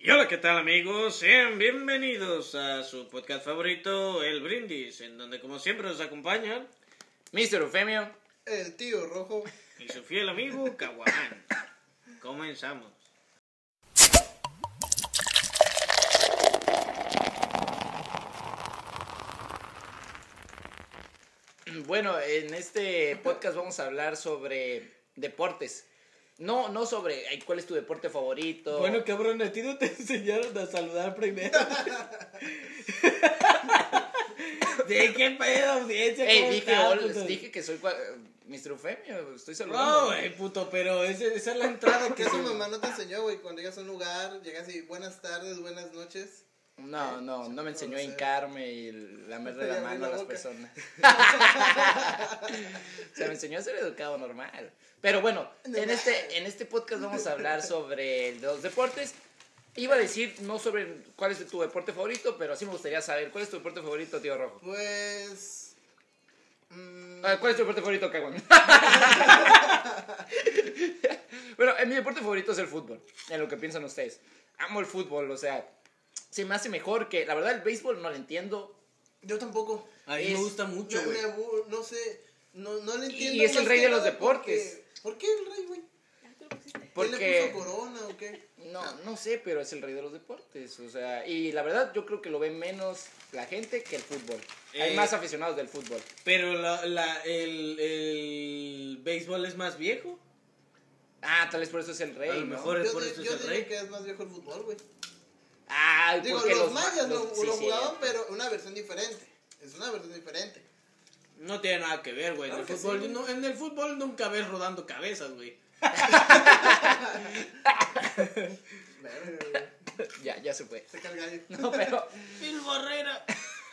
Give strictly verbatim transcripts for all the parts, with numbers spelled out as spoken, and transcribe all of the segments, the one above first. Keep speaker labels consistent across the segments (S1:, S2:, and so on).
S1: Y hola, ¿qué tal, amigos? Sean bienvenidos a su podcast favorito, El Brindis, en donde como siempre nos acompañan
S2: mister Eufemio,
S3: el tío rojo
S1: y su fiel amigo Caguamán. Comenzamos.
S2: Bueno, en este podcast vamos a hablar sobre deportes. No, no sobre ay, cuál es tu deporte favorito.
S1: Bueno, cabrón, a ti no te enseñaron a saludar primero. ¿De qué pedo, audiencia?
S2: Ey,
S1: ¿Cómo
S2: dije,
S1: estás,
S2: hola,
S1: puto?
S2: dije que soy cua- mister Eufemio, estoy
S1: No,
S2: saludando.
S1: güey, puto, pero ese- esa es la entrada que
S3: ¿Qué
S1: se...
S3: tu mamá no te enseñó, güey? Cuando llegas a un lugar, llegas y buenas tardes, buenas noches.
S2: No, no, no me enseñó a
S3: No sé.
S2: hincarme y lamerle la
S3: Y abrir
S2: mano
S3: la
S2: a las
S3: boca.
S2: personas. O sea, me enseñó a ser educado normal. Pero bueno, en este, en este podcast vamos a hablar sobre los deportes. Iba a decir no sobre cuál es tu deporte favorito, pero sí me gustaría saber cuál es tu deporte favorito, tío Rojo.
S3: Pues... mm,
S2: Ah, ¿cuál es tu deporte favorito, Caguán? Bueno, en mi deporte favorito es el fútbol, en lo que piensan ustedes. Amo el fútbol, o sea, se me hace mejor que... La verdad, el béisbol no lo entiendo.
S3: yo tampoco.
S1: A mí
S2: es-
S1: me gusta mucho,
S3: Me-
S1: güey.
S3: me abu- no sé, no, no le entiendo.
S2: Y es el
S3: más
S2: rey
S3: que
S2: de los
S3: nada
S2: deportes.
S3: porque- ¿Por qué el rey, güey? ¿Quién
S2: Porque...
S3: le puso corona o qué?
S2: No, no sé, pero es el rey de los deportes, o sea, y la verdad yo creo que lo ve menos la gente que el fútbol. Hay
S1: Eh,
S2: más aficionados del fútbol.
S1: Pero la, la, el, el béisbol es más viejo.
S2: Ah, tal vez por eso es el rey,
S1: A lo
S2: ¿no?
S1: mejor es
S3: Yo,
S1: por
S3: di-
S1: eso es
S3: yo
S1: el
S3: digo
S1: rey.
S3: que es más viejo el fútbol, güey.
S2: Ah,
S3: Digo,
S2: porque
S3: los,
S2: ma-
S3: mayas
S2: los-
S3: lo,
S2: sí,
S3: lo
S2: sí,
S3: jugaban, pero una versión diferente. Es una versión diferente.
S1: No tiene nada que ver, güey. En,
S3: Claro
S1: el
S3: que
S1: fútbol,
S3: sí, güey.
S1: no- en el fútbol nunca ves rodando cabezas, güey.
S3: Verga, güey.
S2: Ya, ya se fue.
S3: Se cae el gallo.
S2: No, pero,
S1: Phil Barrera.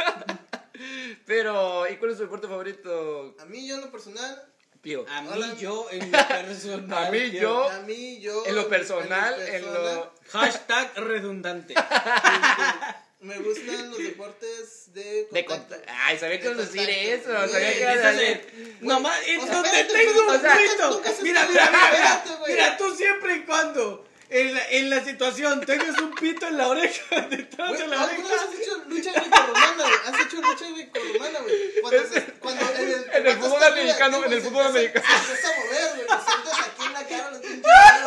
S2: pero, ¿y cuál es tu deporte favorito,
S3: A mí, yo en lo personal,
S2: Pío?
S1: A mí,
S3: Hola.
S1: yo, en lo personal.
S2: A mí,
S1: quiero-
S2: yo-
S3: a mí, yo...
S2: En lo personal,
S3: mi
S2: en
S3: persona,
S2: lo...
S1: Hashtag redundante.
S3: este, me gustan los deportes de
S2: De
S3: contacto.
S2: cont- Ay, sabía que
S3: De
S2: ibas a decir
S3: contacto.
S2: eso, sabía
S3: Güey,
S2: que ibas a
S1: Ese es
S2: decir...
S1: el- Nomás, es
S3: o sea,
S1: donde
S3: espérate,
S1: tengo un
S3: güey,
S2: o sea,
S1: punto.
S3: nunca has
S1: Mira, mira,
S3: escuchado,
S1: mira, mira.
S3: espérate, güey.
S1: Mira, tú siempre y cuando en la, en la situación tengas un pito en la oreja, detrás
S3: Güey,
S1: de la
S3: ¿alguna vez
S1: oreja.
S3: has hecho lucha grecorromana, güey? ¿Has hecho lucha grecorromana, güey? Cuando, se, cuando en el,
S2: En el fútbol americano, en el fútbol americano.
S3: Se empieza a mover, güey. Lo sientes aquí en la cara, los pinches dedos,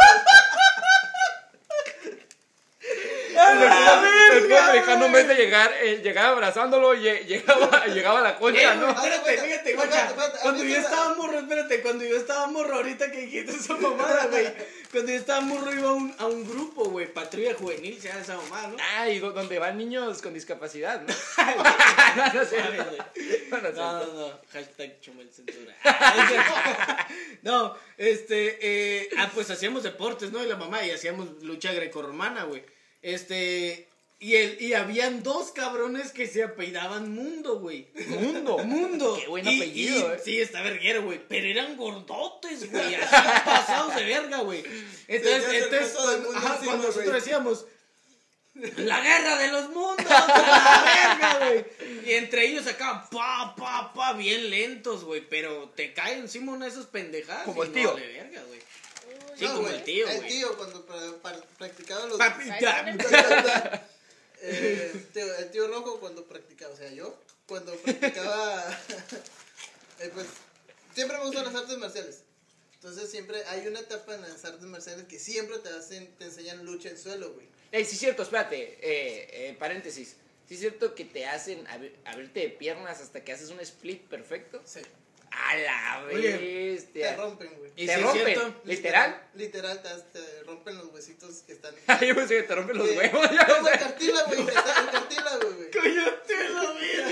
S2: El fútbol, el fútbol americano en vez de llegar, eh, llegaba abrazándolo, lle- llegaba, llegaba a la concha,
S1: Eh,
S2: ¿no?
S3: Haz de
S1: Espérate,
S3: cuenta,
S1: fíjate,
S3: espérate,
S1: guacha.
S3: espérate,
S1: Cuando yo
S3: ahorita-
S1: estaba morro, espérate, cuando yo estaba morro, ahorita que dijiste esa mamada, güey. Cuando yo estaba morro iba a un, a un grupo, güey, patrulla juvenil, se llama esa mamada, ¿no?
S2: Ah, y do- donde van niños con discapacidad, ¿no? no, no sé.
S1: Mames, güey.
S2: No, no sé.
S1: No, no, no, hashtag Chumel Censura. No, este, eh, ah, pues hacíamos deportes, ¿no? Y la mamá, y hacíamos lucha grecorromana, güey. Este, y el, y habían dos cabrones que se apellidaban Mundo, güey.
S2: Mundo.
S1: Mundo.
S2: Qué buen
S1: Y-
S2: apellido,
S1: y-
S2: eh.
S1: Sí, está verguero, güey. Pero eran gordotes, güey. Así pasados de verga, güey. Entonces,
S3: Sí, ya se
S1: entonces
S3: empezó del
S1: cuando,
S3: mundo
S1: ajá,
S3: encima,
S1: cuando nosotros
S3: güey.
S1: decíamos la guerra de los mundos, a la verga, güey. Y entre ellos acaban pa, pa, pa, bien lentos, güey. Pero te cae encima una de esas pendejadas.
S2: Como
S1: y
S2: el tío.
S1: No, vale verga, güey. Sí,
S3: No,
S1: como
S3: güey,
S1: el tío,
S3: El
S1: güey.
S3: tío, cuando pra- pra- practicaba los...
S1: Papi, ya.
S3: Eh, el, tío, el tío rojo cuando practicaba, o sea, yo, cuando practicaba, eh, pues, siempre me gustan las artes marciales. Entonces siempre hay una etapa en las artes marciales que siempre te hacen, te enseñan lucha en suelo, güey.
S2: Ey, sí es cierto, espérate, eh, eh, paréntesis. Sí es cierto que te hacen abri- abrirte de piernas hasta que haces un split perfecto.
S3: Sí.
S2: A la
S1: Oye,
S3: Te
S2: bestia.
S3: rompen, güey.
S1: Y
S2: ¿Te
S1: sí es
S2: rompen?
S1: cierto.
S2: ¿Literal?
S3: Literal, te, te rompen los huesitos que están...
S2: Ay, yo pensé que te rompen los
S3: que-
S2: huevos. ya
S3: Como el
S2: sé.
S3: cartílago, güey, que está el cartílago, güey.
S1: Cállate la vida.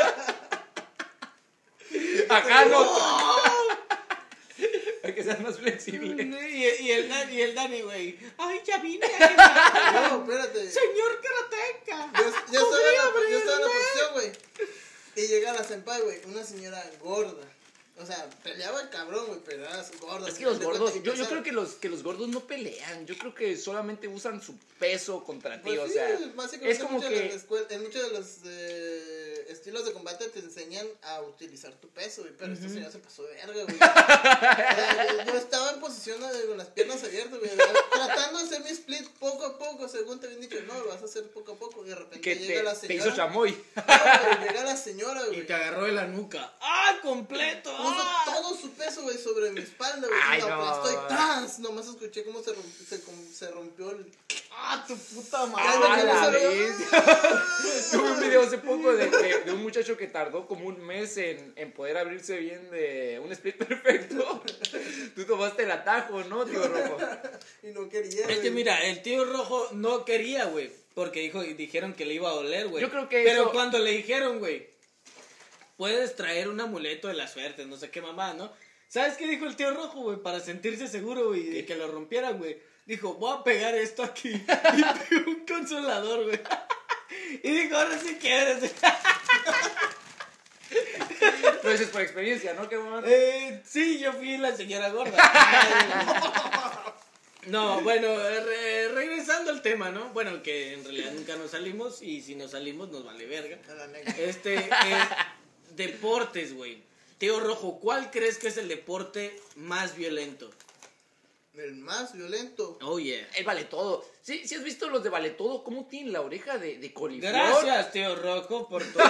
S2: Acá no. Hay que ser más flexible.
S1: Y, y el Dani, y el Dani, güey. Ay, ya vine. a que me-
S3: No, espérate.
S1: Señor karateca.
S3: Yo, yo estaba en la,
S1: Podría
S3: yo estaba en la
S1: abrirme.
S3: posición, güey. Y llega la senpai, güey, una señora gorda. O sea, peleaba cabrón, güey, pero era gordo.
S2: Es que los gordos, yo, yo creo que los, que los gordos no pelean, yo creo que solamente usan su peso contra ti,
S3: Pues
S2: o
S3: sí,
S2: sea,
S3: básicamente
S2: es como
S3: mucho
S2: que...
S3: En, la escuela, en muchos de los eh, estilos de combate te enseñan a utilizar tu peso, güey, pero uh-huh. Este señor se pasó de verga, güey. O sea, yo, yo estaba en posición de, con las piernas abiertas, güey, tratando de hacer mi split poco a poco, según te habían dicho, no, lo vas a hacer poco a poco, y de repente
S2: que
S3: llega
S2: te,
S3: la señora.
S2: Te hizo chamoy.
S3: No, güey, llega la señora, güey.
S1: Y te agarró de la nuca. ¡Ah, completo!
S3: Puso
S1: ¡Ah!
S3: todo su peso, güey, sobre mi espalda, güey.
S2: Ay,
S3: y
S2: no.
S3: aplastó y ¡tras! Nomás escuché cómo se rompió, se, como, se rompió el...
S1: ¡Ah, tu puta
S3: Ay,
S1: madre!
S3: me
S2: ¡Ah,
S3: quedé
S2: la
S3: solo.
S2: vez! Tuve un video hace poco de, de, de un muchacho que tardó como un mes en, en poder abrirse bien de un split perfecto. Tú tomaste el atajo, ¿no, tío Rojo?
S3: Y no quería,
S1: Es que
S3: güey.
S1: mira, el tío Rojo no quería, güey, porque dijo, dijeron que le iba a doler, güey.
S2: Yo creo que
S1: Pero
S2: eso-
S1: cuando le dijeron, güey, puedes traer un amuleto de la suerte, no sé qué mamá, ¿no? ¿Sabes qué dijo el tío Rojo, güey? Para sentirse seguro, güey, de que lo rompieran, güey. Dijo, voy a pegar esto aquí. Y pegó un consolador, güey. Y dijo, ahora sí quieres.
S2: Lo dices por experiencia, ¿no? Qué bueno.
S1: Eh, sí, yo fui la señora gorda. No, bueno, re- regresando al tema, ¿no? Bueno, que en realidad nunca nos salimos y si nos salimos nos vale verga.
S3: A la negra.
S1: Este, eh, deportes, güey. Tío Rojo, ¿cuál crees que es el deporte más violento?
S3: El más violento.
S1: Oh, yeah.
S2: El vale todo. ¿Sí, sí has visto los de vale todo? ¿Cómo tienen la oreja de, de coliflor?
S1: Gracias, tío Rojo, por tu...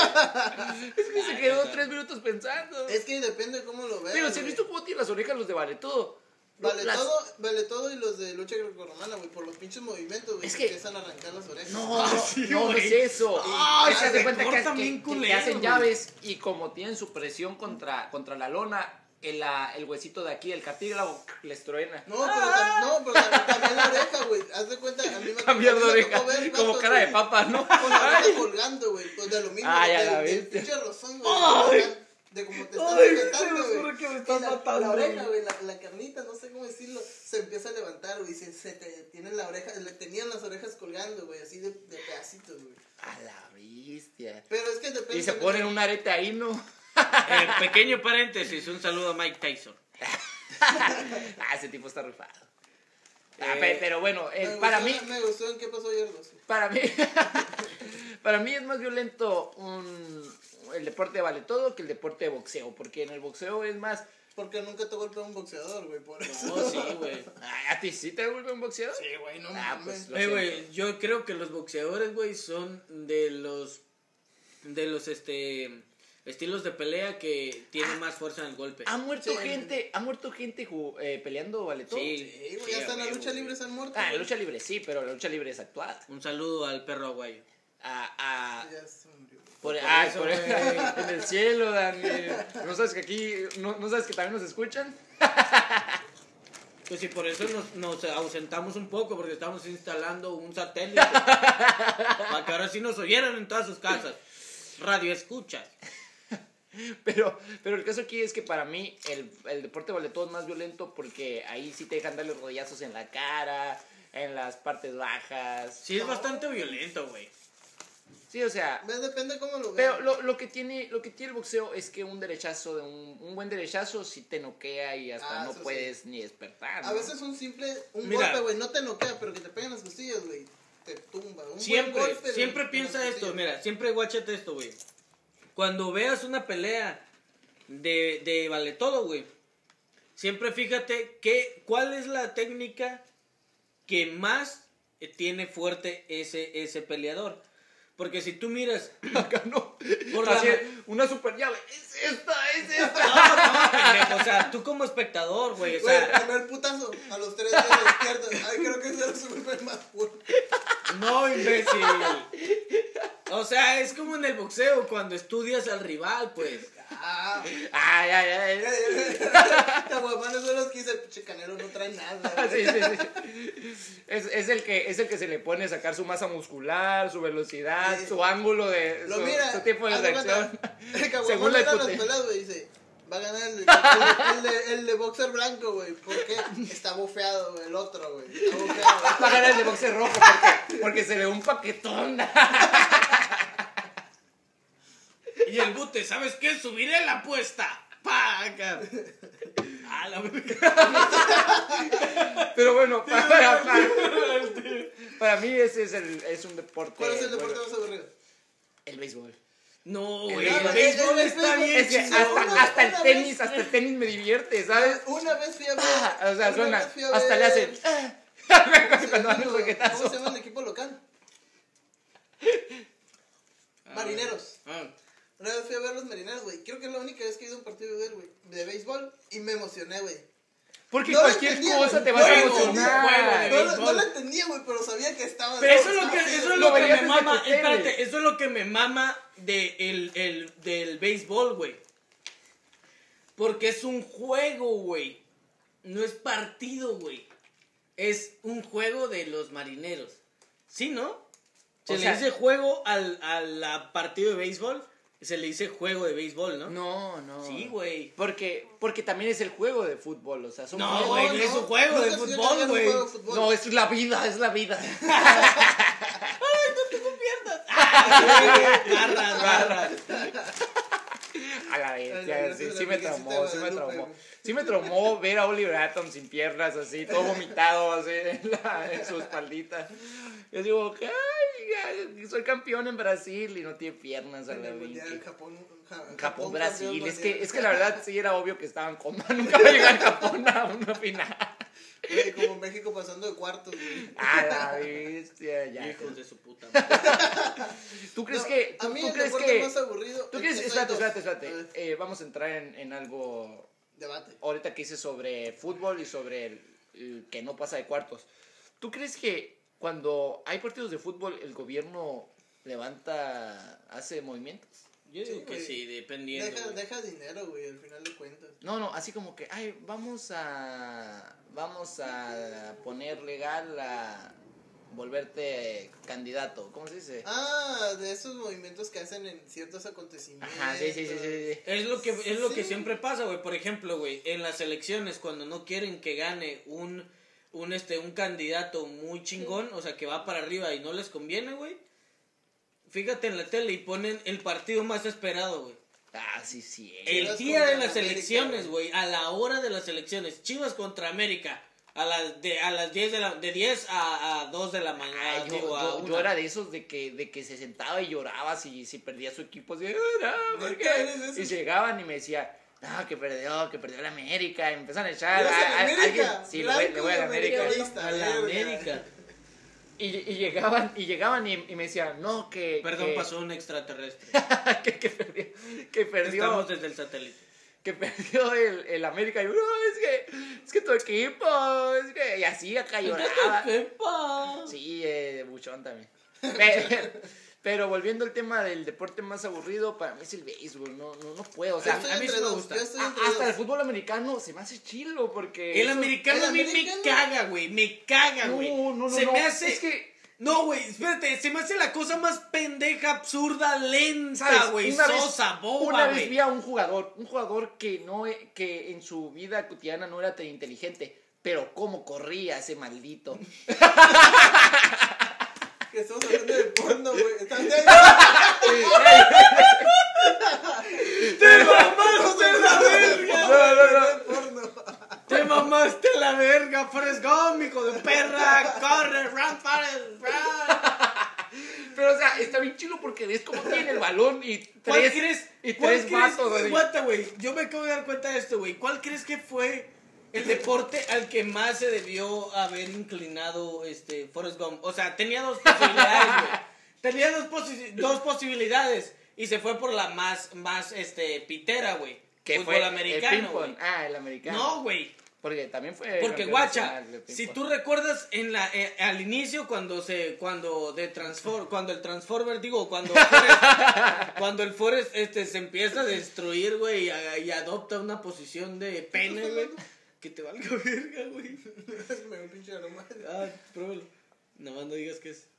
S2: Es que se quedó tres minutos pensando.
S3: Es que depende de cómo lo veas.
S2: Pero si has
S3: güey.
S2: visto cómo tienen las orejas los de vale todo.
S3: Vale
S2: Las-
S3: todo, vale todo y los de lucha grecorromana, güey, por los pinches movimientos, güey,
S2: Es
S3: que
S2: que-
S3: empiezan a arrancar las orejas.
S2: No,
S1: Ah,
S2: no,
S1: sí,
S2: no, no
S1: güey.
S2: es eso.
S1: Ah,
S2: es que haz
S1: se
S2: de cuenta que,
S1: cortan
S2: que-
S1: bien
S2: que-
S1: culero,
S2: que hacen
S1: güey.
S2: llaves y como tienen su presión contra, contra la lona, el, la- el huesito de aquí, el cartílago, les truena.
S3: No, pero, tam- no, pero tam- también la oreja, güey. Haz de cuenta, a mí me
S2: Cambiar de
S3: a mí me
S2: oreja,
S3: tocó ver
S2: como
S3: vatos,
S2: cara de
S3: güey,
S2: papa, ¿no?
S3: Con la
S2: Ay.
S3: oreja colgando, güey, pues de aluminio,
S2: Ay, a
S3: de,
S2: la
S3: de,
S2: bestia.
S3: pinche rozón, güey.
S1: Ay.
S3: De como te están
S1: Ay,
S3: sujetando,
S1: te lo
S3: güey.
S1: juro que me
S3: Y
S1: estás
S3: la,
S1: matando,
S3: La oreja,
S1: güey.
S3: güey, la, la carnita, no sé cómo decirlo, se empieza a levantar, güey, se, se te tienen la oreja, le tenían las orejas colgando, güey, así de, de pedacitos, güey.
S2: A la bestia.
S3: Pero es que depende.
S2: Y se ponen un arete ahí, ¿no?
S1: Eh, pequeño paréntesis, un saludo a Mike Tyson.
S2: Ah, ese tipo está rifado. Ah,
S1: Eh,
S2: pe- pero bueno,
S3: Me
S2: eh,
S3: gustó-
S2: para mí,
S3: Me gustó en qué pasó ayer, dos.
S2: para mí, para mí es más violento un, el deporte de vale todo que el deporte de boxeo, porque en el boxeo es más,
S3: Porque nunca te golpea un boxeador, güey, por eso.
S1: No, sí, güey.
S2: ay, ¿a ti sí te golpea un boxeador?
S3: Sí, güey, no
S2: Ah,
S3: mames.
S2: pues, lo
S1: Eh,
S2: siento.
S1: güey, yo creo que los boxeadores, güey, son de los de los este estilos de pelea que tienen más fuerza en el golpe.
S2: Ha muerto
S3: Sí.
S2: gente, ha muerto gente ju- eh, peleando vale todo.
S1: Sí.
S3: Sí, güey, hasta en la
S1: güey,
S3: lucha
S1: güey.
S3: libre se han muerto.
S2: Ah, la
S3: güey.
S2: lucha libre sí, pero la lucha libre es actuada.
S1: Un saludo al perro aguayo.
S2: A, a,
S3: Ya se murió.
S2: por,
S1: Por
S2: ay,
S1: eso,
S2: por-
S1: güey.
S2: en el cielo, Daniel. ¿No sabes que aquí, no, no sabes que también nos escuchan?
S1: Pues sí, por eso nos, nos ausentamos un poco, porque estamos instalando un satélite. Para que ahora sí nos oyeran en todas sus casas. Radio escuchas.
S2: Pero, pero el caso aquí es que para mí el, el deporte vale todo es más violento porque ahí sí te dejan darle rodillazos en la cara, en las partes bajas.
S1: Sí, es bastante violento, güey.
S2: Sí, o sea,
S3: Ve, Depende cómo lo veas.
S2: pero lo, lo que tiene lo que tiene el boxeo es que un derechazo de un, un buen derechazo sí te noquea y hasta
S3: Ah,
S2: no
S3: eso sí.
S2: puedes ni despertar.
S3: A
S2: ¿no?
S3: veces un simple, un
S1: Mira.
S3: golpe, güey, no te noquea, pero que te peguen las costillas, güey, te tumba. Un buen
S1: Siempre,
S3: golpe,
S1: siempre
S3: güey,
S1: piensa
S3: en las
S1: esto,
S3: costillas.
S1: mira, siempre guáchate esto, güey. Cuando veas una pelea de, de vale todo, güey, siempre fíjate que, cuál es la técnica que más eh, tiene fuerte ese, ese peleador. Porque si tú miras...
S2: Acá no.
S1: Por la
S2: Así,
S1: ma-
S2: una super llave. Es esta, es esta.
S1: No, no, pendejo, o sea, tú como espectador, güey, o
S3: Güey, el
S1: sea...
S3: primer putazo a los tres dedos izquierdos. Ay, creo que ese era su golpe más fuerte.
S1: No, imbécil. O sea, es como en el boxeo, cuando estudias al rival, pues.
S3: Ah,
S2: Ay, ay, ay.
S3: los guapanes son los que dicen, pinche Canelo no trae nada. güey".
S2: Sí, sí, sí. Es, es, el que, es el que se le pone a sacar su masa muscular, su velocidad,
S3: Sí.
S2: su ángulo de.
S3: Lo
S2: su,
S3: mira.
S2: su tiempo de
S3: haz de
S2: reacción.
S3: cuenta, El caguamón
S2: Según la
S3: mira las
S2: hipote-
S3: peleas, güey, dice, va a ganar el, el, el de, el de boxer blanco, güey. ¿Por qué? Está bofeado, güey, el otro, güey. Está bofeado.
S2: Va a ganar el de boxe rojo porque, porque se le da un paquetón.
S1: Y el bute, ¿sabes qué? Subiré la apuesta. pa, acá. Ah, la verga.
S2: Pero bueno, para, para, para, para mí ese es, el, es un deporte.
S3: ¿Cuál es el deporte
S2: bueno,
S3: más aburrido?
S2: el béisbol.
S1: No,
S2: El
S1: güey, el,
S2: béisbol-
S1: béisbol
S3: el- el
S1: está
S3: béisbol-
S1: bien
S2: Es que
S1: chingón.
S2: hasta,
S3: una-
S2: hasta el
S3: una
S2: tenis,
S3: vez-
S2: hasta el tenis me divierte, ¿sabes?
S3: Una vez fui a ver.
S2: Ah, o sea,
S3: una
S2: suena.
S3: vez fui a
S2: Hasta le
S3: ver-
S2: hacen. Cuando dan el
S3: ¿Cómo se
S2: raquetazo.
S3: llama el equipo local?
S1: Ah,
S3: Marineros.
S1: ah.
S3: Una vez fui a ver los marineros, güey. Creo que es la única vez que he ido a un partido de, güey, de béisbol y me emocioné, güey.
S2: Porque
S3: No lo
S2: cualquier
S3: entendía,
S2: cosa
S3: güey.
S2: te va
S3: No
S2: a
S3: lo
S2: emocionar.
S1: entendía,
S3: No, lo-
S1: béisbol.
S3: no lo entendía, güey, pero sabía que estaba.
S1: Pero eso es lo que,
S3: estaba-
S1: eso es
S2: Lo
S1: lo que
S2: veías
S1: me
S2: desde
S1: mama,
S2: tu tele.
S1: espérate, eso es lo que me mama de el, el, del béisbol, güey. Porque es un juego, güey. No es partido, güey. Es un juego de los marineros. ¿Sí, no? Se
S2: O
S1: le
S2: sea-
S1: dice juego al, al a partido de béisbol. Se le dice juego de béisbol, ¿no?
S2: No, no.
S1: Sí, güey.
S2: Porque, porque también es el juego de fútbol, o sea, son
S1: No,
S2: juegos.
S1: güey, no es un juego de
S3: nunca se
S1: fútbol,
S3: llega a un
S1: güey.
S3: juego de fútbol.
S2: No, es la vida, es la vida.
S1: Garras, garras.
S2: A la
S3: Ay,
S2: bestia,
S3: no,
S2: sí,
S3: no,
S2: sí
S3: no,
S2: me
S3: no,
S2: traumó,
S3: no,
S2: sí
S3: no,
S2: me
S3: no,
S2: traumó.
S3: no.
S2: Sí me traumó ver a Oliver Atom sin piernas, así, todo vomitado, así, en, la- en su espaldita. Yo digo, ay, ya, soy campeón en Brasil y no tiene piernas a
S3: En
S2: la
S3: el mundial,
S2: vinque.
S3: Japón, Ja-
S2: Japón,
S3: campeón
S2: Brasil, es
S3: mundial.
S2: que, es que la verdad sí era obvio que estaban coma, nunca va a llegar Japón a una final.
S3: Güey, como México pasando de cuartos, güey.
S2: A la bestia, ya.
S1: Hijos de su puta madre.
S2: ¿Tú crees
S3: No,
S2: que,
S3: a
S2: tú,
S3: mí
S2: tú
S3: el
S2: crees
S3: deporte
S2: que,
S3: más aburrido.
S2: tú
S3: es
S2: crees,
S3: que
S2: espérate,
S3: soy dos.
S2: espérate,
S3: A
S2: espérate,
S3: ver,
S2: eh, vamos a entrar en, en algo
S3: debate.
S2: ahorita que hice sobre fútbol y sobre el, el que no pasa de cuartos. ¿Tú crees que cuando hay partidos de fútbol el gobierno levanta, hace movimientos?
S1: Yo digo
S3: Sí,
S1: que
S3: güey.
S1: sí, dependiendo.
S3: Deja,
S1: güey.
S3: deja dinero, güey, al final de cuentas.
S2: No, no, así como que, ay, vamos a, vamos a poner legal a volverte candidato, ¿cómo se dice?
S3: Ah, de esos movimientos que hacen en ciertos acontecimientos.
S2: Ajá, sí, sí, sí, sí, sí.
S1: Es lo que es lo que
S3: Sí.
S1: siempre pasa, güey. Por ejemplo, güey, en las elecciones cuando no quieren que gane un un este un candidato muy chingón, o sea, que va para arriba y no les conviene, güey. Fíjate en la tele y ponen el partido más esperado, güey.
S2: Ah, sí, sí.
S1: El
S3: Chivas
S1: día
S3: contra
S1: de las
S3: América,
S1: elecciones, güey, a la hora de las elecciones, Chivas contra América, a las de a las diez de la de diez a, a dos de la mañana,
S2: Ay, yo,
S1: digo, a
S2: yo,
S1: una.
S2: yo era de esos de que, de que se sentaba y lloraba si, si perdía su equipo. Así, "Ah, no, ¿por
S3: ¿Neta eres de
S2: qué?"
S3: esos?
S2: Y llegaban y me decía, no, que perdió, que perdió la América. Y me empezaron a echar.
S3: ¿Le vas a la
S2: a- a-
S3: América?
S2: alguien, sí, le voy, le voy a la
S3: Blanco y
S2: América.
S3: americanista.
S1: a la
S3: verga.
S1: América.
S2: Y, y llegaban, y llegaban y, y me decían, no, que.
S1: Perdón,
S2: que,
S1: pasó un extraterrestre.
S2: que, que perdió. Que perdió.
S1: Estamos desde el satélite.
S2: Que perdió el, el América. Y yo, no, es que. Es que tu equipo. Es que. Y así acá lloraba.
S1: Pepa.
S2: Sí, eh, buchón también. Pero, pero volviendo al tema del deporte más aburrido, para mí es el béisbol. No, no, no puedo. O
S3: Yo
S2: sea,
S3: estoy
S1: a mí sí
S3: entre
S1: me
S3: dos,
S1: gusta.
S3: yo estoy
S2: a-
S3: entre
S2: hasta
S3: dos.
S2: el fútbol americano se me hace chilo porque.
S1: El
S2: eso-
S1: americano
S3: el
S1: a mí me
S3: americano-
S1: caga, güey. Me caga,
S2: No,
S1: güey.
S2: no, no,
S1: Se
S2: no.
S1: me hace.
S2: Es que.
S1: No, güey, espérate, se me hace la cosa más pendeja, absurda, lenta,
S2: ¿Sabes?
S1: güey,
S2: Una vez-
S1: sosa,
S2: Una
S1: boba,
S2: vez
S1: güey.
S2: vi a un jugador, un jugador que no e- que en su vida cotidiana no era tan inteligente, pero cómo corría ese maldito.
S3: Que estamos hablando de porno, güey. Están de
S1: ¡Te mamaste la verga!
S2: No, no, no.
S3: porno.
S1: ¡Te mamaste la verga, Forrest Gump, hijo de perra! ¡Corre, run, Forrest, run!
S2: Pero o sea, está bien chilo porque ves cómo tiene el balón y
S1: ¿Cuál
S2: tres
S1: crees?
S2: y
S1: cuál
S2: tres
S1: crees-
S2: vatos, güey.
S1: Aguanta, güey. Yo me acabo de dar cuenta de esto, güey. ¿Cuál crees que fue el deporte al que más se debió haber inclinado este Forrest Gump? O sea, tenía dos posibilidades, güey. Tenía dos, posi- dos posibilidades y se fue por la más más este pitera, güey.
S2: Que
S1: Fútbol
S2: fue
S1: americano,
S2: el ping-pong.
S1: güey.
S2: Ah, el americano.
S1: No, güey.
S2: Porque también fue
S1: Porque
S2: campeón
S1: guacha,
S2: nacional de
S1: si
S2: ping-pong.
S1: tú recuerdas en la eh, al inicio cuando se cuando de transform cuando el Transformer digo cuando Forrest- cuando el Forest este se empieza a destruir, güey, y, a- y adopta una posición de pene, güey, que te valga verga, güey.
S3: Me dio un pinche aroma.
S1: Ah, pruébalo. Nada más no digas que es.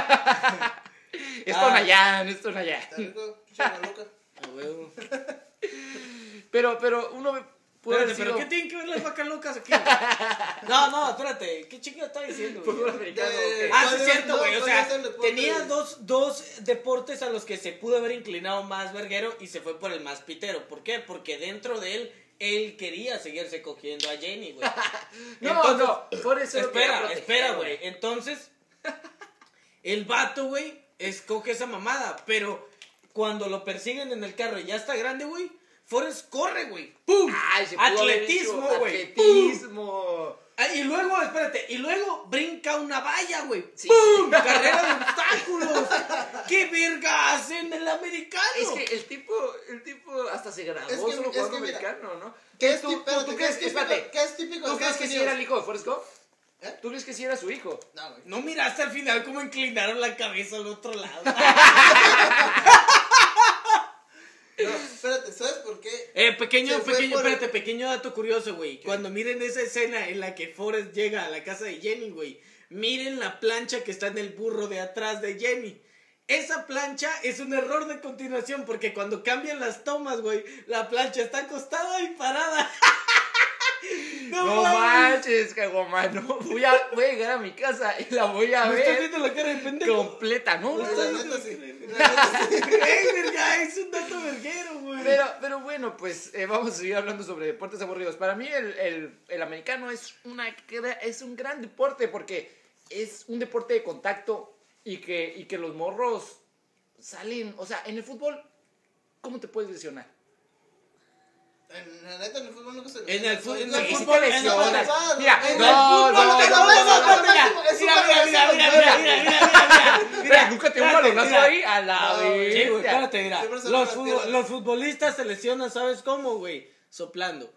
S2: Es
S1: Ah.
S2: Tonayán, es Tonayán.
S3: Está rico, pinche agua loca.
S1: A huevo.
S2: Pero, pero uno ve, Pudo haber
S1: Espérate, pero
S2: sido
S1: ¿qué tienen que ver las vacas locas aquí? No, no, espérate, ¿qué chica está diciendo? güey?
S2: fútbol americano.
S3: De-
S2: ok.
S1: Ah, sí,
S3: ¿Cuál
S1: es
S3: era-
S1: cierto,
S3: no,
S1: güey. O
S3: cuál
S1: sea,
S3: es el deporte,
S1: tenía
S3: güey?
S1: dos, dos deportes a los que se pudo haber inclinado más verguero y se fue por el más pitero. ¿Por qué? Porque dentro de él, él quería seguirse cogiendo a Jenny, güey.
S2: No,
S1: Entonces,
S2: no, por eso lo quería
S1: Espera,
S2: proteger,
S1: espera, güey. Entonces, el vato, güey, escoge esa mamada. Pero cuando lo persiguen en el carro y ya está grande, güey, Forrest corre, güey. ¡Pum!
S2: Ay, se pudo haber
S1: Atletismo,
S2: hecho
S1: güey.
S2: Atletismo.
S1: Ah, y luego, espérate, y luego brinca una valla, güey.
S2: Sí,
S1: ¡Pum! Carrera de obstáculos. ¿Qué verga hacen el americano?
S2: Es que el tipo, el tipo hasta se graduó
S3: Es que-
S2: solo
S3: es
S2: jugando
S3: que mira,
S2: americano, ¿no?
S3: ¿Qué es
S2: ¿Tú,
S3: ti-
S2: tú,
S3: espérate,
S2: tú
S3: ¿qué
S2: crees
S3: es
S2: que,
S3: típico-
S2: espérate,
S3: qué es típico de
S2: ¿tú crees
S3: Estados
S2: que sí
S3: Unidos?
S2: era el hijo de Forrest Gump?
S3: ¿Eh?
S2: ¿Tú crees que sí era su hijo?
S3: No, güey.
S1: ¿No miraste al final cómo inclinaron la cabeza al otro lado?
S3: No, espérate, ¿sabes por qué?
S1: Eh, pequeño,
S3: Se fue
S1: pequeño,
S3: por el-
S1: espérate, pequeño dato curioso, güey. Cuando miren esa escena en la que Forrest llega a la casa de Jenny, güey, miren la plancha que está en el burro de atrás de Jenny. Esa plancha es un error de continuación porque cuando cambian las tomas, güey, la plancha está acostada y parada.
S2: No manches, cagomano. Voy a, voy a llegar a mi casa y la voy a
S1: ¿Me estás
S2: ver
S1: viendo la cara de pendejo?
S2: completa, ¿no?
S3: La
S2: no,
S3: neta sí. La neta sí.
S1: ¡Ey, verga! Es un dato verguero, güey.
S2: Pero, pero bueno, pues eh, vamos a seguir hablando sobre deportes aburridos. Para mí el, el, el americano es, una, gra- es un gran deporte porque es un deporte de contacto y que, y que los morros salen, o sea, en el fútbol, ¿cómo te puedes lesionar?
S3: En la neta, en el fútbol nunca se
S1: En el fu- en el
S2: Sí, sí
S1: fútbol,
S2: te
S1: en el
S2: lesionas.
S1: fútbol,
S2: Mira,
S3: en el
S2: no,
S1: fútbol,
S2: no,
S1: no,
S2: no,
S1: no,
S2: no,
S1: no,
S2: no,
S1: no,
S2: no,
S1: mira,
S3: es un
S1: mira, mira, mira, mira, mira, mira, mira, mira,
S2: Mira, nunca te un
S1: espérate,
S2: balonazo
S1: mira.
S2: ahí a la
S3: No, güey.
S2: vez.
S1: Sí, güey, espérate, mira.
S3: Siempre son
S1: Los,
S3: las
S1: futbol-
S3: tierras.
S1: los futbolistas se lesionan, ¿sabes cómo, güey? Soplando.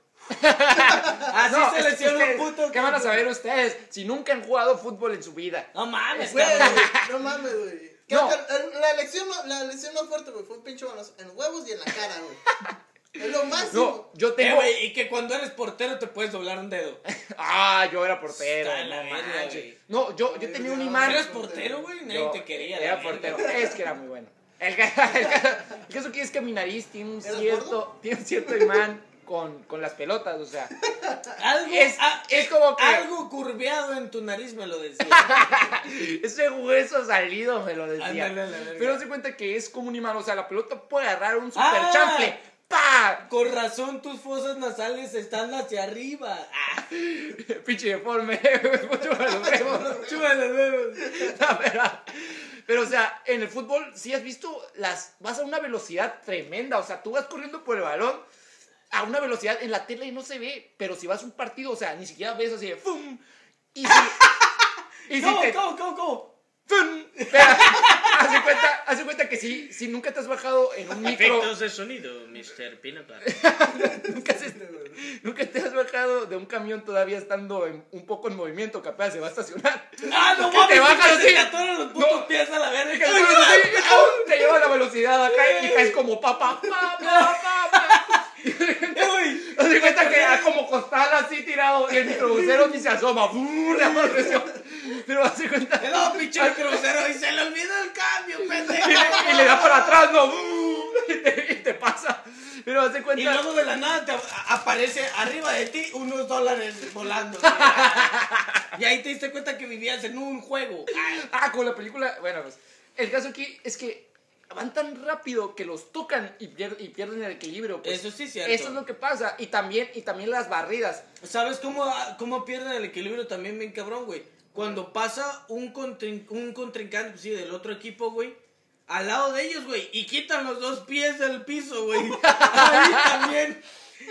S1: Así
S2: No,
S1: se
S2: es-
S1: lesiona
S2: ustedes,
S1: un puto.
S2: ¿qué van a saber ustedes si nunca han jugado fútbol en su vida?
S1: No mames,
S3: Güey,
S1: cabrón.
S3: no mames, güey.
S2: No.
S3: Creo que el- La lesión, no- la lesión más fuerte, güey, fue un pinche balonazo en huevos y en la cara, güey. Es lo máximo.
S2: No, yo
S1: Eh,
S2: tengo...
S1: güey, y que cuando eres portero te puedes doblar un dedo.
S2: Ah, yo era portero,
S1: Está en la
S2: no
S1: verga,
S2: manches.
S1: güey.
S2: No, yo, yo tenía un imán.
S1: ¿Eres portero, güey? Nadie
S2: Yo
S1: te quería. la
S2: Era
S1: verga.
S2: portero. Es que era muy bueno. El, ca- el, ca- el caso aquí es que mi nariz tiene un
S3: ¿Eres
S2: cierto,
S3: gordo?
S2: tiene un cierto imán con, con las pelotas, o sea.
S1: Algo,
S2: Es-
S1: ah,
S2: es como que-
S1: algo curveado en tu nariz me lo decía.
S2: Ese hueso salido me lo decía.
S1: Ándale a la verga.
S2: Pero se cuenta que es como un imán, o sea, la pelota puede agarrar un super
S1: Ah.
S2: chanfle. ¡Pa!
S1: Con razón tus fosas nasales están hacia arriba. Ah,
S2: Pinche deforme. Chúpame los huevos.
S1: chúpale los huevos.
S2: No, pero, pero, o sea, en el fútbol, sí has visto, las vas a una velocidad tremenda. O sea, tú vas corriendo por el balón a una velocidad en la tele y no se ve. Pero si vas a un partido, o sea, ni siquiera ves así de ¡fum! Y si, y si
S1: ¿Cómo,
S2: te...
S1: cómo, cómo, cómo?
S2: ¡fum! Pero, haz de cuenta, haz de cuenta que si, si nunca te has bajado en un micro...
S1: de sonido, mister Peanut
S2: Nunca, se- nunca te has bajado de un camión todavía estando en- un poco en movimiento, capaz se va a estacionar.
S1: Ah, no
S2: Que
S1: mames,
S2: te bajas
S1: que
S2: así.
S1: se te atoran los putos
S2: No.
S1: pies a la verga.
S2: Y que tú así, ¡au! Te lleva la velocidad acá y caes como papa, papa, papa.
S1: Eh, güey.
S2: Haz de cuenta que da como costal así tirado y el microbusero ni se asoma. ¡Bum! Le da presión. Pero haz de cuenta.
S1: No, pinche crucero y se le olvidó el cambio, pendejo.
S2: Y le, y le da para atrás, ¿no? ¡Bum! Y te, y te pasa. Pero haz de
S1: Y
S2: cuenta.
S1: luego de la nada te a- aparece arriba de ti unos dólares volando. Y ahí te diste cuenta que vivías en un juego.
S2: Ah, con la película. Bueno, pues. El caso aquí es que van tan rápido que los tocan y, pier- y pierden el equilibrio. Pues.
S1: Eso sí es cierto.
S2: Eso es lo que pasa. Y también, y también las barridas.
S1: ¿Sabes cómo, cómo pierden el equilibrio también bien cabrón, güey? Cuando pasa un, contrin- un contrincante, pues sí, del otro equipo, güey, al lado de ellos, güey, y quitan los dos pies del piso, güey. Ahí también.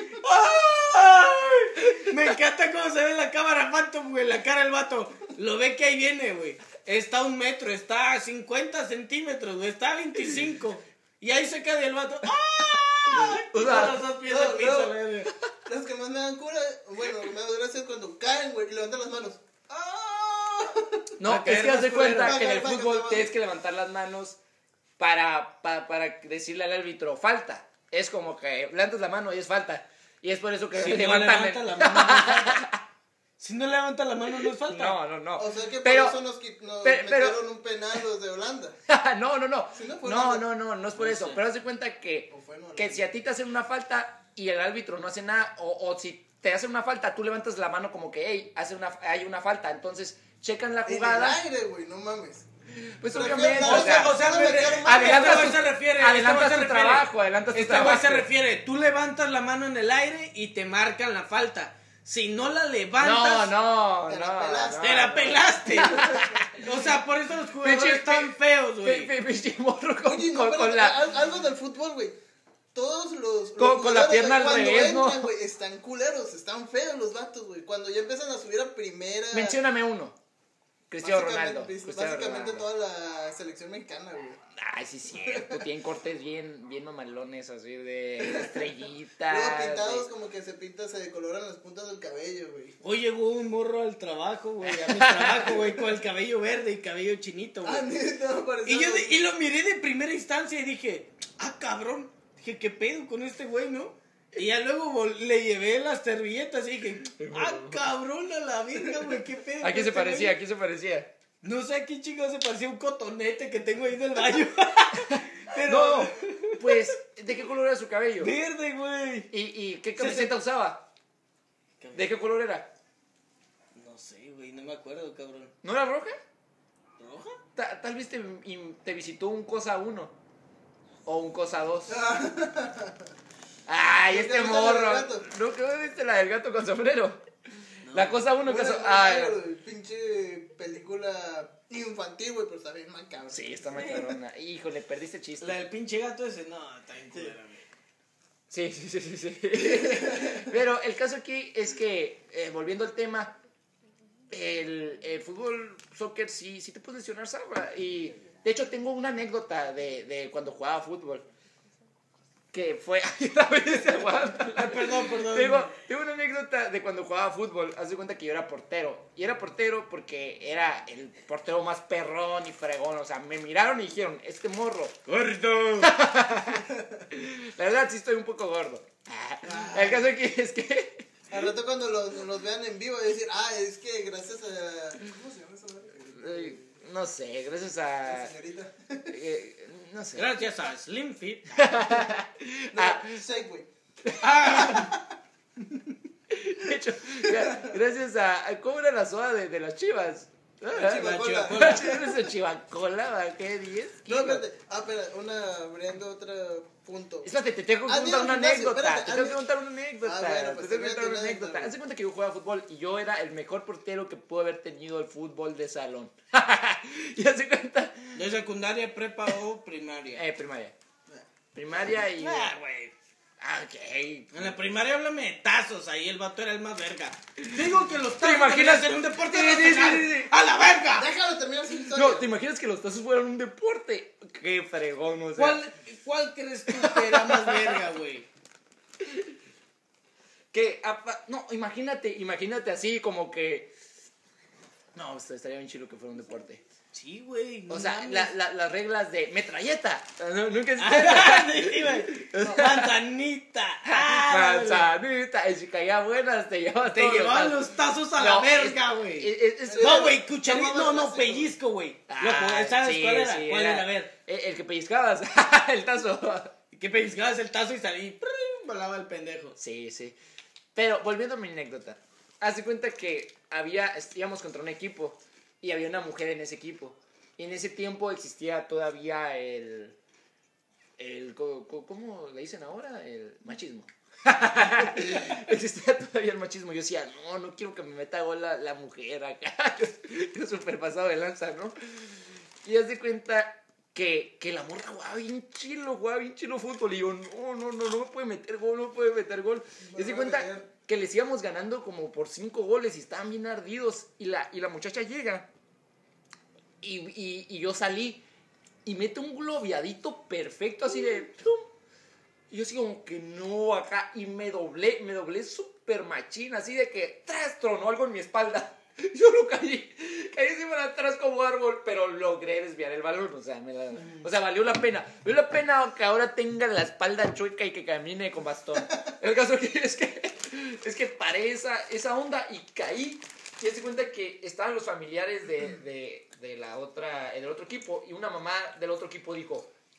S1: ¡Ay! Me encanta cómo se ve en la cámara Phantom, güey, la cara del vato. Lo ve que ahí viene, güey. Está a un metro, está a cincuenta centímetros, güey, está a veinticinco. Y ahí se cae el vato. ¡Ay!
S2: O sea,
S1: Quita los dos pies
S3: no,
S1: del piso,
S3: no.
S1: güey.
S3: Las que más me dan cura, bueno, me dan gracia es cuando caen, güey, y levantan las manos. ¡Ah!
S2: No,
S1: Va a
S2: es
S1: caer
S2: que haz de
S1: más culero.
S2: cuenta
S3: Va a
S2: que en el
S3: caer, va a
S2: fútbol
S3: caer,
S2: tienes que levantar las manos para, para, para decirle al árbitro falta. Es como que levantas la mano y es falta. Y es por eso que
S1: Si no
S2: levantan
S1: levanta
S2: el-
S1: la mano, no es falta. Si no levanta la mano, no es falta.
S2: No, no, no.
S3: O sea que
S2: Pero-
S3: por eso nos, qui- nos
S2: pero- pero-
S3: metieron un penal los de Holanda.
S2: no, no, no.
S3: Si no fue
S2: No,
S3: Holanda.
S2: no, no, no es por
S1: No
S2: eso.
S1: sé.
S2: Pero haz de cuenta que,
S3: O fue en Holanda.
S2: que si a ti te hacen una falta, y el árbitro no hace nada, o, o si te hacen una falta, tú levantas la mano como que, hey, hace una, hay una falta, entonces checan la jugada.
S3: En el aire, güey, no mames.
S2: Pues
S3: Prefiero-
S2: obviamente,
S3: no,
S2: o sea,
S1: o sea,
S3: no
S1: me-
S3: me quiero más.
S2: adelantas
S1: este güey
S2: tu-
S1: se refiere,
S2: adelantas
S1: este güey
S2: tu
S1: se refiere.
S2: trabajo, adelantas tu
S1: Este güey
S2: trabajo.
S1: se refiere, tú levantas la mano en el aire y te marcan la falta. Si no la
S2: No,
S1: levantas,
S2: no,
S3: Te la
S2: no.
S3: pelaste.
S2: no,
S1: te la
S2: no.
S1: pelaste. O sea, por eso los jugadores
S2: Pinche-
S1: están feos,
S2: Pi-
S1: güey.
S2: pi- Pinche morro con,
S3: Oye, no,
S2: con-
S3: pero
S2: con la...
S3: al- algo del fútbol, güey. Todos los. los
S2: Con- con la
S3: jugadores,
S2: pierna al
S3: güey, cuando
S2: revés, ¿no?
S3: entran, güey, están culeros, están feos los vatos, güey. Cuando ya empiezan a subir a primera.
S2: Mencióname uno. Cristiano
S3: básicamente-
S2: Ronaldo.
S3: bas-
S2: Cristiano
S3: Básicamente
S2: Ronaldo.
S3: toda la selección mexicana, güey.
S2: Ay, sí, cierto. Tienen cortes bien, bien mamalones, así de estrellitas.
S3: Luego pintados
S2: de-
S3: como que se pinta, se decoloran las puntas del cabello, güey.
S1: Hoy llegó un morro al trabajo, güey, a mi trabajo, güey, con el cabello verde y cabello chinito,
S3: Ah,
S1: güey.
S3: neta, me pareció.
S1: Y yo de- y lo miré de primera instancia y dije, ah, cabrón. Dije, ¿qué pedo con este güey, no? Y ya luego vol- le llevé las servilletas y dije, ah, cabrón, a la verga, güey, ¿qué pedo?
S2: ¿A
S1: con
S2: quién se
S1: este
S2: parecía? ¿A
S1: güey?
S2: quién se parecía?
S1: No sé a qué chingado se parecía un cotonete que tengo ahí del baño. Pero,
S2: No, pues, ¿de qué color era su cabello?
S1: verde, güey.
S2: ¿Y, y qué camiseta usaba? ¿De qué color era?
S1: No sé, güey, no me acuerdo, cabrón.
S2: ¿No era roja?
S1: ¿Roja?
S2: Ta- tal vez te, y- te visitó un cosa uno. O un cosa dos. Ay,
S3: ¿Nunca
S2: este
S3: viste la del
S2: morro.
S3: gato?
S2: ¿Nunca viste la del gato con sombrero?
S1: No.
S2: La cosa uno,
S3: Bueno,
S2: cosa.
S3: bueno,
S2: Ay,
S3: bueno, güey, pinche película infantil, güey, pero está bien macabra.
S2: sí, está muy cabrona. Híjole, perdiste el chiste.
S1: La del pinche gato ese, no, está bien culera, güey.
S2: Sí, sí, sí, sí, sí. Pero el caso aquí es que, eh, volviendo al tema, el, el fútbol, soccer, sí, sí te puedes lesionar, Salva. Y de hecho tengo una anécdota de, de cuando jugaba fútbol. Que fue... La vez se aguanta.
S1: Ah, perdón, perdón.
S2: Tengo, tengo una anécdota de cuando jugaba fútbol. Haz de cuenta que yo era portero. Y era portero porque era el portero más perrón y fregón. O sea, me miraron y dijeron, este morro.
S1: ¡Gordo!
S2: La verdad, sí estoy un poco gordo. El caso aquí es que...
S3: Al rato cuando los, los vean en vivo, decir, ah, es que gracias a. ¿Cómo se llama esa madre?
S2: eh, no sé, gracias a...
S3: La señorita.
S2: eh, no sé.
S1: Gracias a Slim Fit.
S3: No,
S2: Ah.
S3: Segway.
S2: De hecho, gra- gracias a... a- ¿Cómo era la soda de, de las chivas? Ah,
S3: Chivacola.
S1: Chivacola.
S2: Eres de chivacola, ¿va? ¿Qué? ¿diez?
S3: No, espérate. Ah, espera, una, abriendo otro punto.
S2: Espérate, te tengo que
S3: Ah,
S2: contar
S3: di
S2: una
S3: al gimnasio,
S2: anécdota.
S3: espérate,
S2: Te
S3: ah,
S2: tengo que
S3: di-
S2: contar una anécdota.
S3: Ah, bueno,
S2: te tengo
S3: pues
S2: que
S3: termina
S2: contar
S3: tu
S2: una
S3: anécdota,
S2: anécdota.
S3: güey.
S2: Haz de cuenta que yo jugaba fútbol y yo era el mejor portero que pudo haber tenido el fútbol de salón. Y haz de cuenta.
S1: ¿De secundaria, prepa o primaria?
S2: Eh, primaria. Primaria y.
S1: Ah, güey.
S2: Ah, ok.
S1: En la primaria háblame de tazos, ahí el vato era el más verga. Digo que los tazos
S2: imaginas?
S1: deberían ser un deporte
S2: Sí, sí, sí,
S1: nacional.
S2: sí, sí.
S1: ¡A la verga!
S3: Déjalo terminar su historia.
S2: No, ¿te imaginas que los tazos fueran un deporte? Qué fregón, o sea.
S1: ¿Cuál, ¿Cuál crees tú que era más verga, güey?
S2: Que, apa- no, imagínate, imagínate así como que... No, esto estaría bien chido que fuera un deporte.
S1: Sí, güey. no
S2: O sea,
S1: mames.
S2: la, la- las reglas de metralleta. No, nunca
S1: Ah, sí, güey. Manzanita. Ah,
S2: Manzanita. Y si caía buenas, te llevabas
S1: te
S2: todos los
S1: llevaban
S2: tazos.
S1: los tazos a
S2: No,
S1: la
S2: es-
S1: verga, güey.
S2: es- es-
S1: No, güey,
S3: ¿Cómo
S1: cucharita.
S3: vas
S1: No,
S3: a
S1: no,
S3: hacer,
S1: pellizco, güey.
S2: Ah,
S1: Loco, ¿sabes
S2: sí,
S1: cuál era?
S2: sí,
S1: ¿Cuál era? A ver.
S2: El, el que pellizcabas. El tazo.
S1: Que pellizcabas el tazo y salí. ¡prum! Volaba el pendejo.
S2: Sí, sí. Pero volviendo a mi anécdota. Haz de cuenta que había, íbamos contra un equipo y había una mujer en ese equipo. Y en ese tiempo existía todavía el... el co- co- ¿Cómo le dicen ahora? El machismo. Existía todavía el machismo. Yo decía, no, no quiero que me meta gol la, la mujer acá. Yo súper pasado de lanza, ¿no? Y haz de cuenta que, que la morra jugaba bien chilo, jugaba bien chilo fútbol. Y yo, no, no, no, no me puede meter gol, no me puede meter gol. Y haz de cuenta que les íbamos ganando como por cinco goles y estaban bien ardidos. Y la, y la muchacha llega. Y, y, y yo salí y mete un globiadito perfecto así de... ¡pum! Y yo así como que no acá. Y me doblé, me doblé súper machín, así de que tras tronó algo en mi espalda. Yo no caí, caí así para atrás como árbol, pero logré desviar el balón. O sea, me la- o sea, valió la pena. Valió la pena que ahora tenga la espalda chueca y que camine con bastón. El caso aquí es que, es que paré esa, esa onda y caí. Y se cuenta que estaban los familiares de, de, de la otra, del otro equipo. Y una mamá del otro equipo dijo,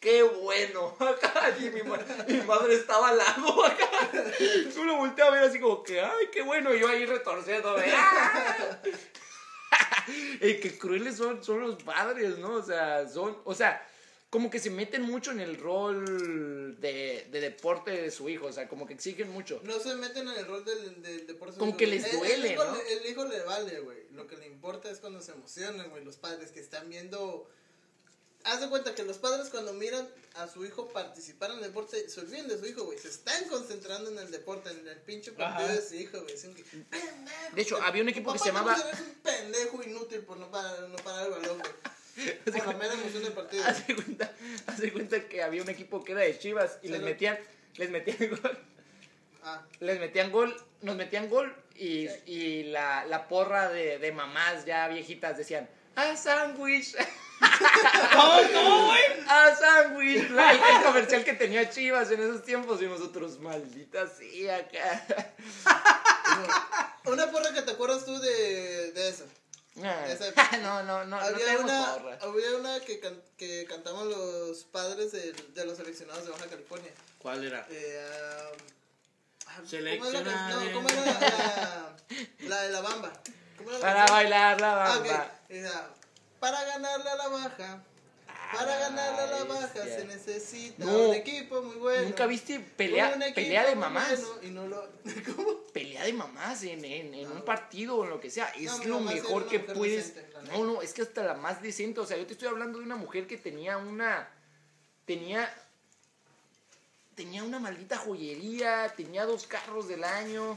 S2: qué bueno. Acá, y mi, ma- mi madre estaba al lado acá. Yo lo volteé a ver así como que, ay, qué bueno. Y yo ahí retorciéndome. ¡Ah! Y qué crueles son, son los padres, ¿no? O sea, son, o sea, como que se meten mucho en el rol de, de deporte de su hijo, o sea, como que exigen mucho.
S3: No se meten en el rol del, del deporte.
S2: Como que les
S3: El-
S2: duele,
S3: el hijo,
S2: ¿no?
S3: le- el hijo le vale, güey. Lo que le importa es cuando se emocionan, güey, los padres que están viendo. Haz de cuenta que los padres cuando miran a su hijo participar en el deporte, se olviden de su hijo, güey. Se están concentrando en el deporte, en el pinche partido
S1: Ajá.
S3: de su hijo, güey. Dicen que, "Pendejo,
S2: De hecho,
S3: tu-
S2: había un
S3: tu
S2: equipo que
S3: papá
S2: se llamaba-
S3: no, eres un pendejo inútil por no parar, no parar el balón, güey. Por la mera emoción del partido.
S2: Haz de cuenta, haz de cuenta que había un equipo que era de Chivas y
S3: Sí,
S2: les
S3: no.
S2: metían, les metían gol,
S3: Ah,
S2: les metían gol, nos metían gol y,
S3: Sí.
S2: y la, la porra de, de mamás ya viejitas decían, ¡ah, sándwich!
S1: ¿Cómo, cómo, güey?
S2: ¡Ah, sándwich! La- El, el comercial que tenía Chivas en esos tiempos y nosotros, maldita sí, acá.
S3: una porra que te acuerdas tú de, de eso.
S2: Ah,
S3: Esa-
S2: no, no, no, no
S3: había,
S2: tenemos
S3: una,
S2: porra.
S3: había una que, can, que cantaban los padres de, de los seleccionados de Baja California.
S1: ¿Cuál era?
S3: Eh, um, ah, ¿cómo era la
S1: Selecciona
S3: can- no,
S1: bien.
S3: ¿cómo era la, la de la bamba? ¿Cómo era la
S2: Para
S3: canción?
S2: bailar la
S3: Ah,
S2: bamba.
S3: ok. Era, para ganarle a la baja, para ganarle a la baja
S2: bestia.
S3: se necesita
S2: No.
S3: un equipo muy bueno.
S2: ¿Nunca viste pelea,
S3: un equipo
S2: pelea de
S3: muy
S2: mamás?
S3: bueno, y no lo, ¿cómo?
S2: Pelea de mamás en, en, en
S3: No.
S2: un partido o en lo que sea. Es
S3: No, mi
S2: lo
S3: mamá sí era
S2: mejor
S3: una
S2: que
S3: mujer
S2: puedes.
S3: decente, la neta.
S2: No, no, es que hasta la más decente. O sea, yo te estoy hablando de una mujer que tenía una. Tenía. Tenía una maldita joyería, tenía dos carros del año.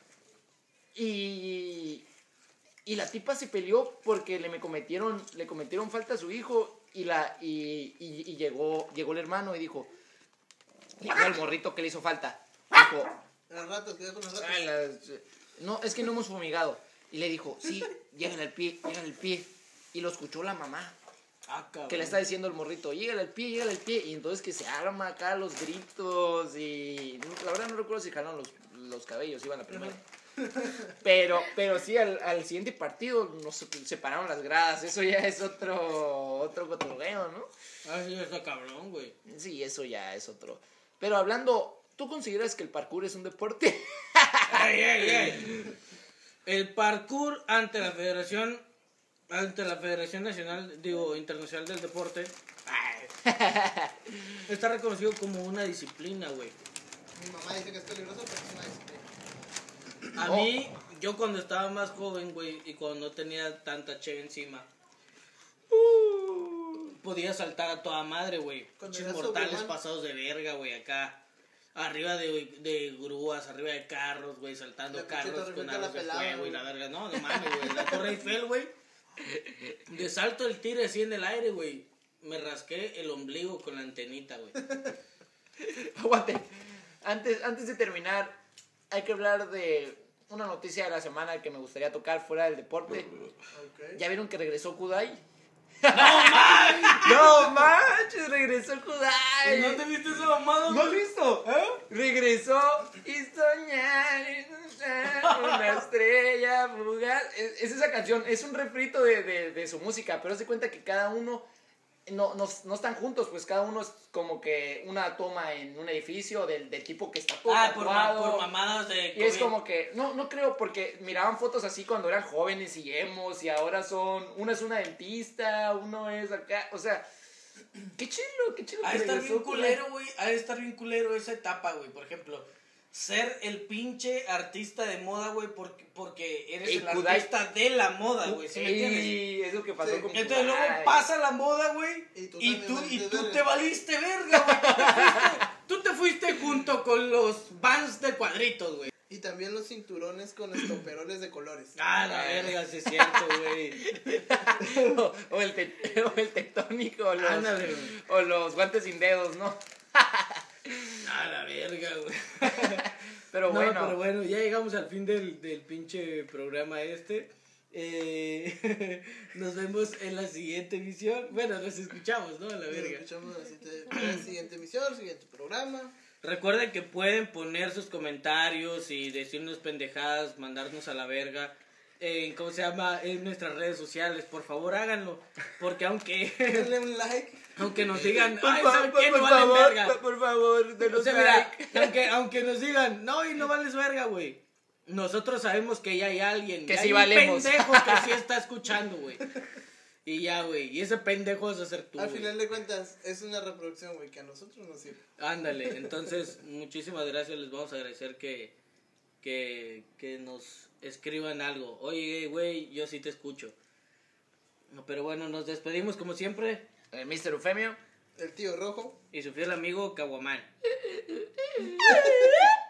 S2: Y. Y la tipa se peleó porque le me cometieron, le cometieron falta a su hijo. Y la. Y, y, y llegó, llegó el hermano y dijo. Dijo al morrito que le hizo falta. Dijo.
S3: Las ratas, cuidado con las ratas.
S2: Ah, las- no, es que no hemos fumigado. Y le dijo, sí, llegale al pie, llegale al pie. Y lo escuchó la mamá,
S1: Ah, cabrón.
S2: que le está diciendo el morrito, llegale al pie, llegale al pie. Y entonces que se arma acá los gritos y... La verdad no recuerdo si jalaron los, los cabellos, iban a la primera. Pero, pero sí, al, al siguiente partido nos separaron las gradas. Eso ya es otro, otro cotorreo, ¿no?
S1: Ah, sí, está cabrón, güey.
S2: Sí, eso ya es otro. Pero hablando, ¿tú consideras que el parkour es un deporte?
S1: Ay, ay, ay. El parkour ante la Federación, ante la Federación Nacional, digo, Internacional del Deporte, ay, está reconocido como una disciplina, güey.
S3: Mi mamá dice que es peligroso, pero es una disciplina.
S1: A
S2: Oh.
S1: mí, yo cuando estaba más joven, güey, y cuando no tenía tanta che encima, uh, podía saltar a toda madre, güey.
S3: Cuando
S1: Pinches
S3: eras
S1: mortales
S3: Superman.
S1: pasados de verga, güey, acá. Arriba de, de grúas, arriba de carros, güey, saltando
S3: La pinche
S1: carros
S3: Torre
S1: con
S3: Eiffel te
S1: aros
S3: la
S1: de
S3: pelaba,
S1: fuego y
S3: güey.
S1: la verga. No, no mames, güey. La Torre Eiffel, güey. De salto el tiro así en el aire, güey. Me rasqué el ombligo con la antenita, güey.
S2: Aguante. Antes, antes de terminar, hay que hablar de una noticia de la semana que me gustaría tocar fuera del deporte.
S3: Ok.
S2: ¿Ya vieron que regresó Kudai? ¡No manches! ¡Regresó Kudai!
S1: ¿No te viste esa mamada,
S2: ¿No has
S1: güey?
S2: visto?
S1: ¿Eh?
S2: Regresó y soñar y soñar una estrella fugaz. Es, es esa canción, es un refrito de, de, de su música, pero se cuenta que cada uno no, no, no están juntos, pues cada uno es como que una toma en un edificio del, del tipo que está todo
S1: Ah, por, ma-
S2: tatuado.
S1: por mamadas de
S2: Y es
S1: COVID.
S2: como que, no, no creo, porque miraban fotos así cuando eran jóvenes y emos, y ahora son, una es una dentista, uno es acá, o sea, qué chilo, qué chilo.
S1: Ha
S2: que
S1: de estar
S2: regresó
S1: bien
S2: Kudai.
S1: culero, güey. Ha de estar bien culero esa etapa, güey. Por ejemplo, ser el pinche artista de moda, güey, porque, porque eres
S2: Y
S1: el
S2: Kudai-
S1: artista de la moda, güey. ¿Sí me entiendes?
S2: Y es lo que pasó
S3: Sí.
S2: con
S1: Entonces
S2: Kudai.
S1: luego pasa la moda, güey.
S3: Y tú
S1: Y
S3: también
S1: tú,
S3: valiste
S1: y tú
S3: verga.
S1: te valiste verga, güey. Tú te fuiste- Tú te fuiste junto con los Vans de cuadritos, güey.
S3: Y también los cinturones con estoperoles de colores.
S1: Ah, la verga, sí es cierto, güey.
S2: o, o el te- o el tectónico, o los,
S1: Ándale, güey.
S2: o los guantes sin dedos, ¿no?
S1: Ah, la verga, güey.
S2: Pero
S1: No,
S2: bueno,
S1: pero bueno, ya llegamos al fin del, del pinche programa este. Eh, nos vemos en la siguiente emisión. Bueno, nos escuchamos, ¿no? A la
S3: Nos
S1: verga.
S3: escuchamos en la siguiente, en la siguiente emisión, siguiente programa.
S1: Recuerden que pueden poner sus comentarios y decirnos pendejadas, mandarnos a la verga en, ¿cómo se llama? En nuestras redes sociales. Por favor, háganlo. Porque aunque,
S3: Denle un like.
S1: aunque nos digan,
S2: Por,
S1: ay,
S2: fa-
S1: ¿saben
S2: por,
S1: qué?
S2: por
S1: No valen
S2: favor,
S1: verga.
S2: por, por favor, denos
S1: O sea, mira,
S2: like.
S1: aunque, aunque nos digan, no, y no vales verga, güey. Nosotros sabemos que ya hay alguien.
S2: Que
S1: ya
S2: sí
S1: hay
S2: valemos.
S1: un pendejo que sí está escuchando, güey. Y ya, güey. Y ese pendejo vas a ser tú,
S3: Al
S1: güey.
S3: final de cuentas, es una reproducción, güey, que a nosotros nos sirve.
S1: Ándale, entonces, muchísimas gracias. Les vamos a agradecer que, que, que nos escriban algo. Oye, güey, yo sí te escucho. No, pero bueno, nos despedimos como siempre.
S2: Eh, mister Eufemio.
S3: El tío rojo.
S1: Y su fiel amigo, Caguamán.